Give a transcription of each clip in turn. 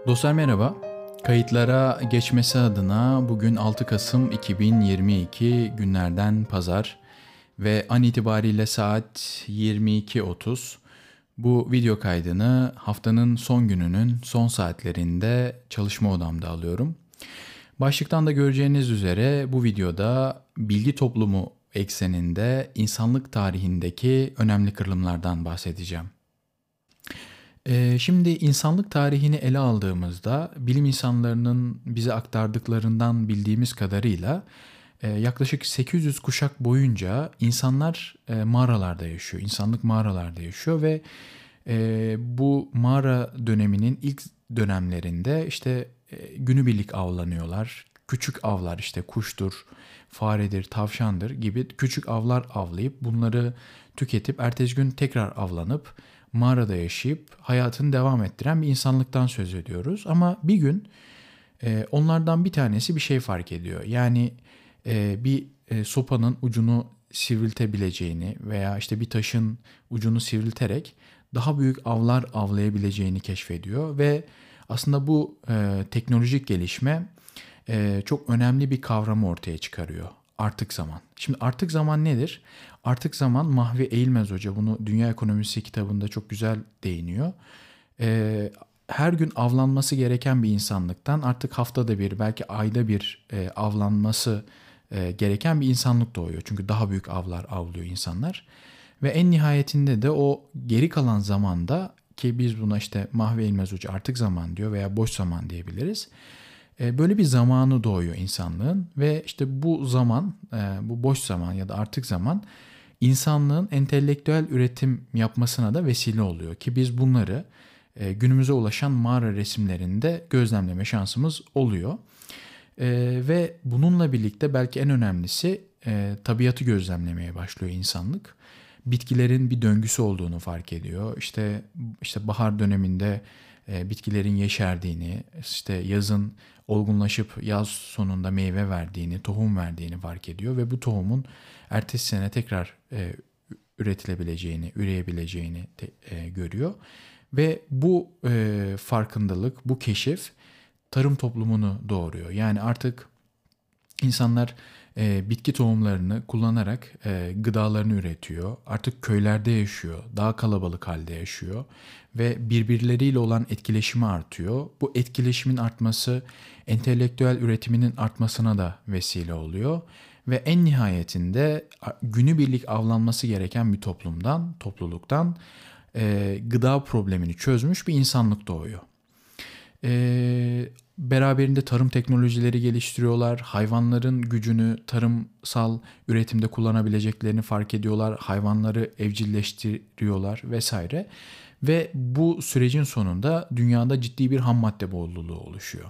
Dostlar merhaba. Kayıtlara geçmesi adına bugün 6 Kasım 2022 günlerden pazar ve an itibariyle saat 22.30. Bu video kaydını haftanın son gününün son saatlerinde çalışma odamda alıyorum. Başlıktan da göreceğiniz üzere bu videoda bilgi toplumu ekseninde insanlık tarihindeki önemli kırılımlardan bahsedeceğim. Şimdi insanlık tarihini ele aldığımızda bilim insanlarının bize aktardıklarından bildiğimiz kadarıyla yaklaşık 800 kuşak boyunca insanlar mağaralarda yaşıyor. İnsanlık mağaralarda yaşıyor ve bu mağara döneminin ilk dönemlerinde işte günübirlik avlanıyorlar. Küçük avlar işte kuştur, faredir, tavşandır gibi küçük avlar avlayıp bunları tüketip ertesi gün tekrar avlanıp mağarada yaşayıp hayatını devam ettiren bir insanlıktan söz ediyoruz. Ama bir gün onlardan bir tanesi bir şey fark ediyor. Yani bir sopanın ucunu sivriltebileceğini veya işte bir taşın ucunu sivrilterek daha büyük avlar avlayabileceğini keşfediyor ve aslında bu teknolojik gelişme çok önemli bir kavramı ortaya çıkarıyor. Artık zaman. Şimdi artık zaman nedir? Artık zaman Mahvi Eğilmez Hoca bunu Dünya Ekonomisi kitabında çok güzel değiniyor. Her gün avlanması gereken bir insanlıktan artık haftada bir belki ayda bir avlanması gereken bir insanlık doğuyor. Çünkü daha büyük avlar avlıyor insanlar. Ve en nihayetinde de o geri kalan zamanda ki biz buna işte Mahvi Eğilmez Hoca artık zaman diyor veya boş zaman diyebiliriz. Böyle bir zamanı doğuyor insanlığın ve işte bu zaman, bu boş zaman ya da artık zaman insanlığın entelektüel üretim yapmasına da vesile oluyor ki biz bunları günümüze ulaşan mağara resimlerinde gözlemleme şansımız oluyor. Ve bununla birlikte belki en önemlisi tabiatı gözlemlemeye başlıyor insanlık. Bitkilerin bir döngüsü olduğunu fark ediyor. İşte bahar döneminde bitkilerin yeşerdiğini, işte yazın olgunlaşıp yaz sonunda meyve verdiğini, tohum verdiğini fark ediyor ve bu tohumun ertesi sene tekrar üretilebileceğini, üreyebileceğini görüyor. Ve bu farkındalık, bu keşif tarım toplumunu doğuruyor. Yani artık insanlar bitki tohumlarını kullanarak gıdalarını üretiyor. Artık köylerde yaşıyor, daha kalabalık halde yaşıyor ve birbirleriyle olan etkileşimi artıyor. Bu etkileşimin artması entelektüel üretiminin artmasına da vesile oluyor. Ve en nihayetinde günübirlik avlanması gereken bir topluluktan gıda problemini çözmüş bir insanlık doğuyor. Beraberinde tarım teknolojileri geliştiriyorlar. Hayvanların gücünü tarımsal üretimde kullanabileceklerini fark ediyorlar. Hayvanları evcilleştiriyorlar vesaire. Ve bu sürecin sonunda dünyada ciddi bir ham madde bolluğu oluşuyor.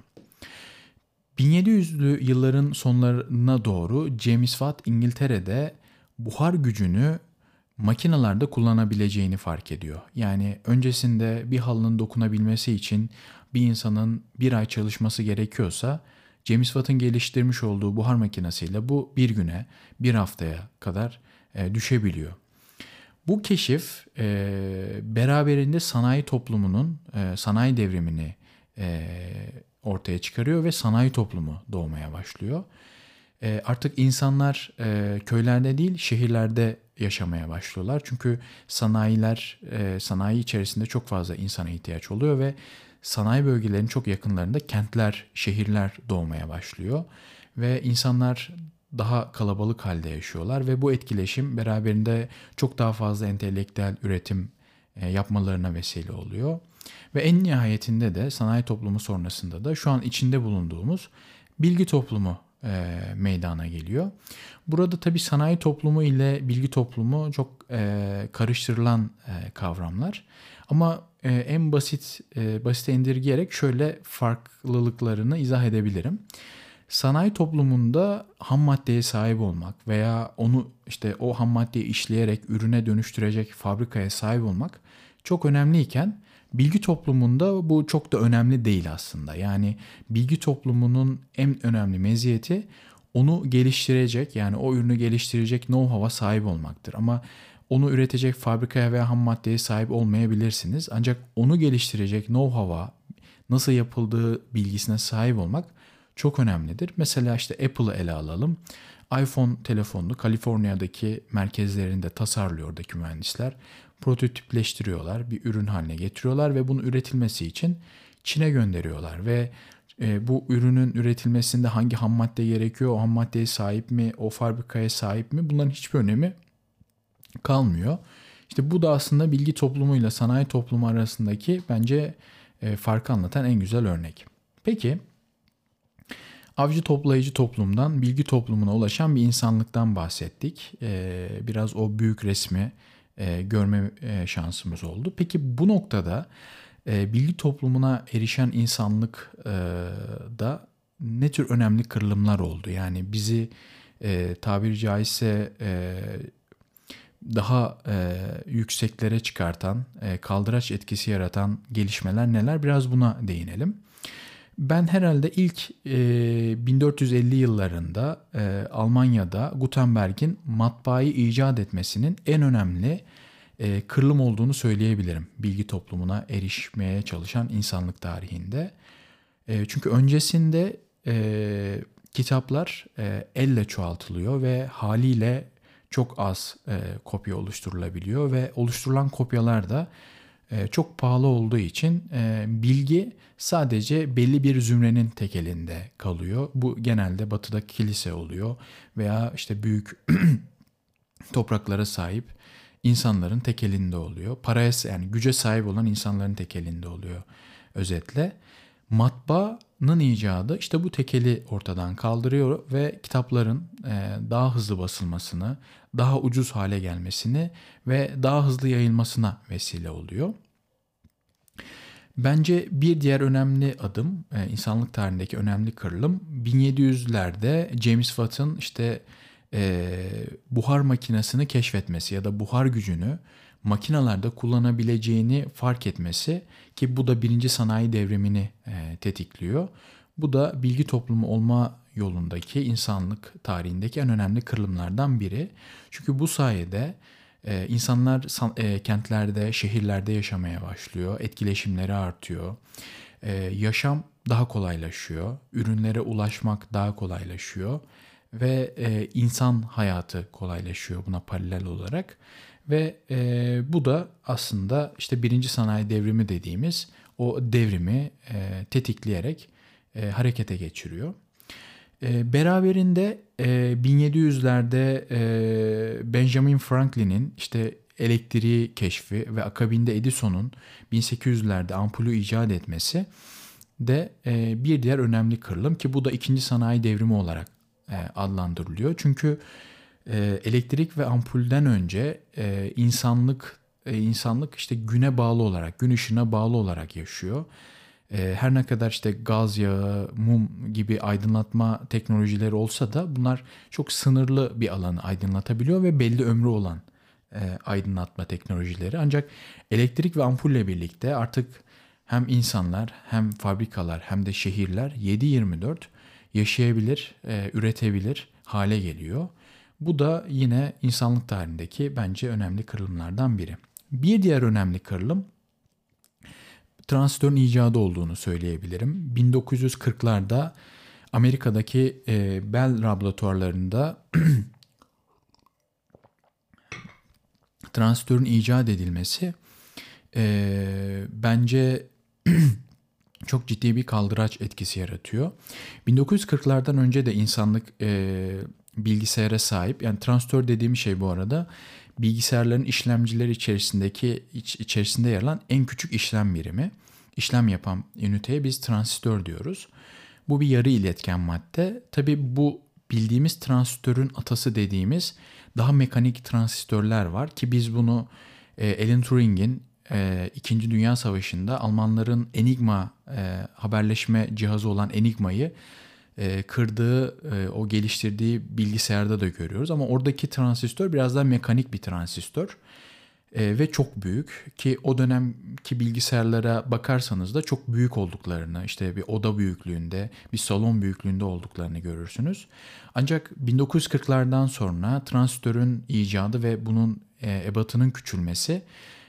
1700'lü yılların sonlarına doğru James Watt İngiltere'de buhar gücünü makinalarda kullanabileceğini fark ediyor. Yani öncesinde bir halının dokunabilmesi için bir insanın bir ay çalışması gerekiyorsa James Watt'ın geliştirmiş olduğu buhar makinesiyle bu bir güne, bir haftaya kadar düşebiliyor. Bu keşif beraberinde sanayi toplumunun sanayi devrimini ortaya çıkarıyor ve sanayi toplumu doğmaya başlıyor. Artık insanlar köylerde değil şehirlerde yaşamaya başlıyorlar. Çünkü sanayi içerisinde çok fazla insana ihtiyaç oluyor ve sanayi bölgelerinin çok yakınlarında kentler, şehirler doğmaya başlıyor. Ve insanlar daha kalabalık halde yaşıyorlar ve bu etkileşim beraberinde çok daha fazla entelektüel üretim yapmalarına vesile oluyor. Ve en nihayetinde de sanayi toplumu sonrasında da şu an içinde bulunduğumuz bilgi toplumu meydana geliyor. Burada tabii sanayi toplumu ile bilgi toplumu çok karıştırılan kavramlar. Ama en basite indirgeyerek şöyle farklılıklarını izah edebilirim. Sanayi toplumunda ham maddeye sahip olmak veya onu işte o ham maddeyi işleyerek ürüne dönüştürecek fabrikaya sahip olmak çok önemliyken bilgi toplumunda bu çok da önemli değil aslında. Yani bilgi toplumunun en önemli meziyeti onu geliştirecek yani o ürünü geliştirecek know-how'a sahip olmaktır. Ama onu üretecek fabrikaya veya ham maddeye sahip olmayabilirsiniz. Ancak onu geliştirecek know-how'a, nasıl yapıldığı bilgisine sahip olmak çok önemlidir. Mesela işte Apple'ı ele alalım. iPhone telefonunu Kaliforniya'daki merkezlerinde tasarlıyor oradaki mühendisler. Prototipleştiriyorlar, bir ürün haline getiriyorlar ve bunun üretilmesi için Çin'e gönderiyorlar ve bu ürünün üretilmesinde hangi ham madde gerekiyor, o ham maddeye sahip mi, o fabrikaya sahip mi, bunların hiçbir önemi kalmıyor. İşte bu da aslında bilgi toplumuyla sanayi toplumu arasındaki bence farkı anlatan en güzel örnek. Peki, avcı toplayıcı toplumdan bilgi toplumuna ulaşan bir insanlıktan bahsettik. Biraz o büyük resmi görme şansımız oldu. Peki bu noktada bilgi toplumuna erişen insanlık da ne tür önemli kırılımlar oldu? Yani bizi tabiri caizse daha yükseklere çıkartan, kaldıraç etkisi yaratan gelişmeler neler? Biraz buna değinelim. Ben herhalde ilk 1450 yıllarında Almanya'da Gutenberg'in matbaayı icat etmesinin en önemli kırılım olduğunu söyleyebilirim. Bilgi toplumuna erişmeye çalışan insanlık tarihinde. Çünkü öncesinde kitaplar elle çoğaltılıyor ve haliyle çok az kopya oluşturulabiliyor ve oluşturulan kopyalar da çok pahalı olduğu için bilgi sadece belli bir zümrenin tek elinde kalıyor. Bu genelde batıdaki kilise oluyor veya işte büyük topraklara sahip insanların tek elinde oluyor. Paraya, yani güce sahip olan insanların tek elinde oluyor özetle. Matbaanın icadı işte bu tekeli ortadan kaldırıyor ve kitapların daha hızlı basılmasını, daha ucuz hale gelmesini ve daha hızlı yayılmasına vesile oluyor. Bence bir diğer önemli adım, insanlık tarihindeki önemli kırılım 1700'lerde James Watt'ın işte buhar makinesini keşfetmesi ya da buhar gücünü makinalarda kullanabileceğini fark etmesi, ki bu da birinci sanayi devrimini tetikliyor. Bu da bilgi toplumu olma yolundaki insanlık tarihindeki en önemli kırılımlardan biri. Çünkü bu sayede insanlar kentlerde, şehirlerde yaşamaya başlıyor, etkileşimleri artıyor, yaşam daha kolaylaşıyor, ürünlere ulaşmak daha kolaylaşıyor ve insan hayatı kolaylaşıyor buna paralel olarak. Ve bu da aslında işte birinci sanayi devrimi dediğimiz o devrimi tetikleyerek harekete geçiriyor. Beraberinde 1700'lerde Benjamin Franklin'in işte elektriği keşfi ve akabinde Edison'un 1800'lerde ampulü icat etmesi de bir diğer önemli kırılım, ki bu da ikinci sanayi devrimi olarak adlandırılıyor. Çünkü elektrik ve ampulden önce insanlık işte güne bağlı olarak, gün ışığına bağlı olarak yaşıyor. Her ne kadar işte gaz yağı, mum gibi aydınlatma teknolojileri olsa da bunlar çok sınırlı bir alanı aydınlatabiliyor ve belli ömrü olan aydınlatma teknolojileri. Ancak elektrik ve ampulle birlikte artık hem insanlar hem fabrikalar hem de şehirler 7/24 yaşayabilir, üretebilir hale geliyor. Bu da yine insanlık tarihindeki bence önemli kırılımlardan biri. Bir diğer önemli kırılım transistörün icadı olduğunu söyleyebilirim. 1940'larda Amerika'daki Bell laboratuvarlarında transistörün icat edilmesi bence çok ciddi bir kaldıraç etkisi yaratıyor. 1940'lardan önce de insanlık bilgisayara sahip. Yani transistör dediğim şey bu arada bilgisayarların işlemcileri içerisinde yer alan en küçük işlem birimi. İşlem yapan üniteye biz transistör diyoruz. Bu bir yarı iletken madde. Tabii bu bildiğimiz transistörün atası dediğimiz daha mekanik transistörler var ki biz bunu Alan Turing'in İkinci Dünya Savaşı'nda Almanların Enigma haberleşme cihazı olan Enigma'yı kırdığı, o geliştirdiği bilgisayarda da görüyoruz. Ama oradaki transistör biraz daha mekanik bir transistör ve çok büyük, ki o dönemki bilgisayarlara bakarsanız da çok büyük olduklarını, işte bir oda büyüklüğünde, bir salon büyüklüğünde olduklarını görürsünüz. Ancak 1940'lardan sonra transistörün icadı ve bunun ebatının küçülmesi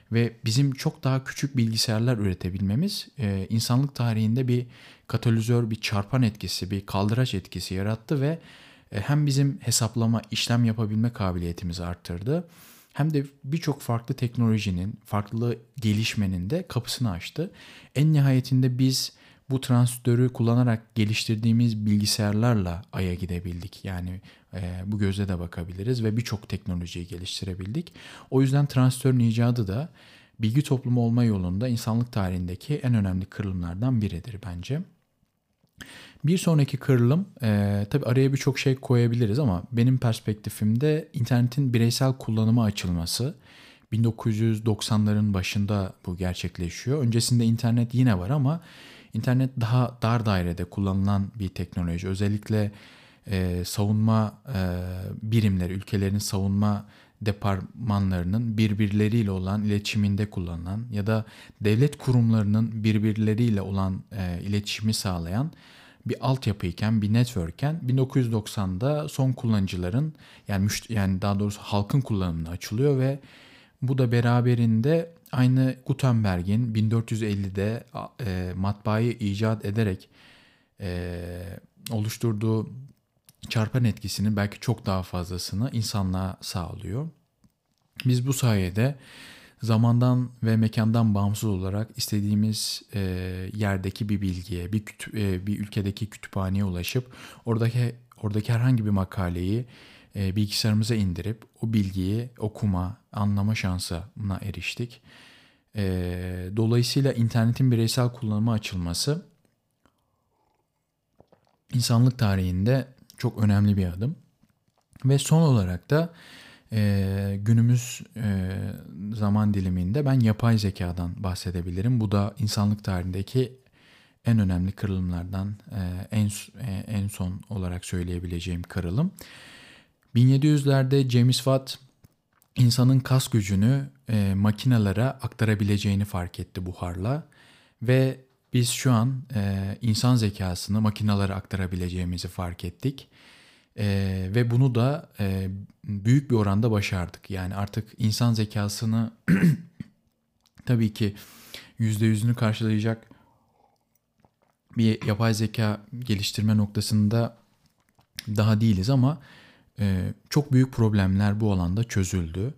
ve bizim çok daha küçük bilgisayarlar üretebilmemiz insanlık tarihinde bir katalizör, bir çarpan etkisi, bir kaldıraç etkisi yarattı ve hem bizim hesaplama, işlem yapabilme kabiliyetimizi arttırdı, hem de birçok farklı teknolojinin, farklı gelişmenin de kapısını açtı. En nihayetinde biz bu transistörü kullanarak geliştirdiğimiz bilgisayarlarla Ay'a gidebildik. Yani bu gözle de bakabiliriz ve birçok teknolojiyi geliştirebildik. O yüzden transistörün icadı da bilgi toplumu olma yolunda insanlık tarihindeki en önemli kırılımlardan biridir bence. Bir sonraki kırılım, tabii araya birçok şey koyabiliriz ama benim perspektifimde internetin bireysel kullanıma açılması. 1990'ların başında bu gerçekleşiyor. Öncesinde internet yine var ama internet daha dar dairede kullanılan bir teknoloji. Özellikle savunma birimleri, ülkelerin savunma departmanlarının birbirleriyle olan iletişiminde kullanılan ya da devlet kurumlarının birbirleriyle olan iletişimi sağlayan bir altyapıyken, bir network'ken 1990'da son kullanıcıların yani daha doğrusu halkın kullanımına açılıyor ve bu da beraberinde aynı Gutenberg'in 1450'de matbaayı icat ederek oluşturduğu çarpan etkisinin belki çok daha fazlasını insanlığa sağlıyor. Biz bu sayede zamandan ve mekandan bağımsız olarak istediğimiz yerdeki bir bilgiye, bir ülkedeki kütüphaneye ulaşıp oradaki herhangi bir makaleyi bilgisayarımıza indirip o bilgiyi okuma, anlama şansına eriştik. Dolayısıyla internetin bireysel kullanıma açılması insanlık tarihinde çok önemli bir adım. Ve son olarak da günümüz zaman diliminde ben yapay zekadan bahsedebilirim. Bu da insanlık tarihindeki en önemli kırılımlardan en son olarak söyleyebileceğim kırılım. 1700'lerde James Watt insanın kas gücünü makinelere aktarabileceğini fark etti buharla ve biz şu an insan zekasını makinelere aktarabileceğimizi fark ettik. Ve bunu da büyük bir oranda başardık. Yani artık insan zekasını tabii ki %100'ünü karşılayacak bir yapay zeka geliştirme noktasında daha değiliz ama çok büyük problemler bu alanda çözüldü.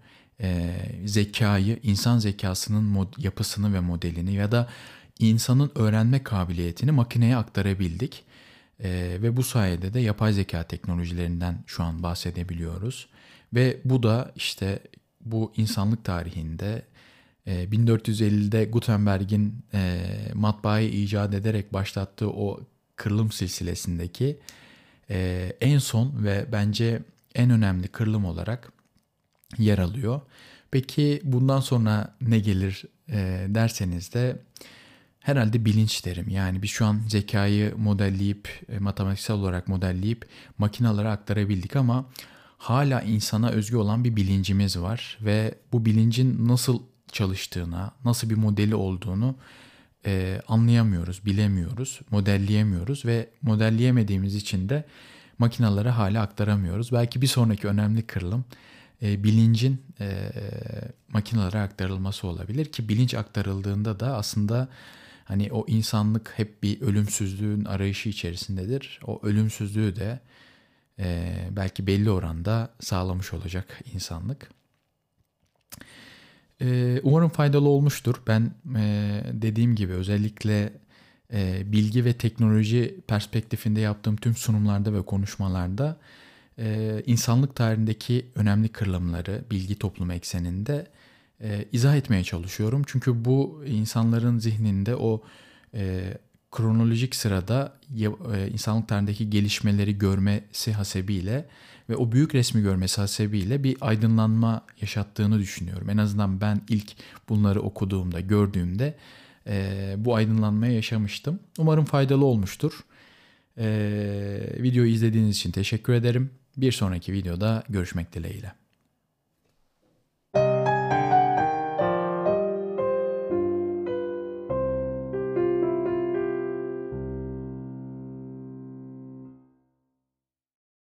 Zekayı, insan zekasının yapısını ve modelini ya da insanın öğrenme kabiliyetini makineye aktarabildik. Ve bu sayede de yapay zeka teknolojilerinden şu an bahsedebiliyoruz. Ve bu da işte bu insanlık tarihinde 1450'de Gutenberg'in matbaayı icat ederek başlattığı o kırılım silsilesindeki en son ve bence en önemli kırılım olarak yer alıyor. Peki bundan sonra ne gelir derseniz de herhalde bilinç derim. Yani biz şu an zekayı modelleyip, matematiksel olarak modelleyip makinalara aktarabildik ama hala insana özgü olan bir bilincimiz var. Ve bu bilincin nasıl çalıştığına, nasıl bir modeli olduğunu anlayamıyoruz, bilemiyoruz, modelleyemiyoruz ve modelleyemediğimiz için de makinalara hala aktaramıyoruz. Belki bir sonraki önemli kırılım bilincin makinalara aktarılması olabilir ki bilinç aktarıldığında da aslında hani o insanlık hep bir ölümsüzlüğün arayışı içerisindedir. O ölümsüzlüğü de belki belli oranda sağlamış olacak insanlık. Umarım faydalı olmuştur. Ben dediğim gibi özellikle bilgi ve teknoloji perspektifinde yaptığım tüm sunumlarda ve konuşmalarda insanlık tarihindeki önemli kırılımları bilgi toplumu ekseninde izah etmeye çalışıyorum. Çünkü bu insanların zihninde o kronolojik sırada insanlık tarihindeki gelişmeleri görmesi hasebiyle ve o büyük resmi görmesi hasebiyle bir aydınlanma yaşattığını düşünüyorum. En azından ben ilk bunları okuduğumda, gördüğümde bu aydınlanmayı yaşamıştım. Umarım faydalı olmuştur. Videoyu izlediğiniz için teşekkür ederim. Bir sonraki videoda görüşmek dileğiyle.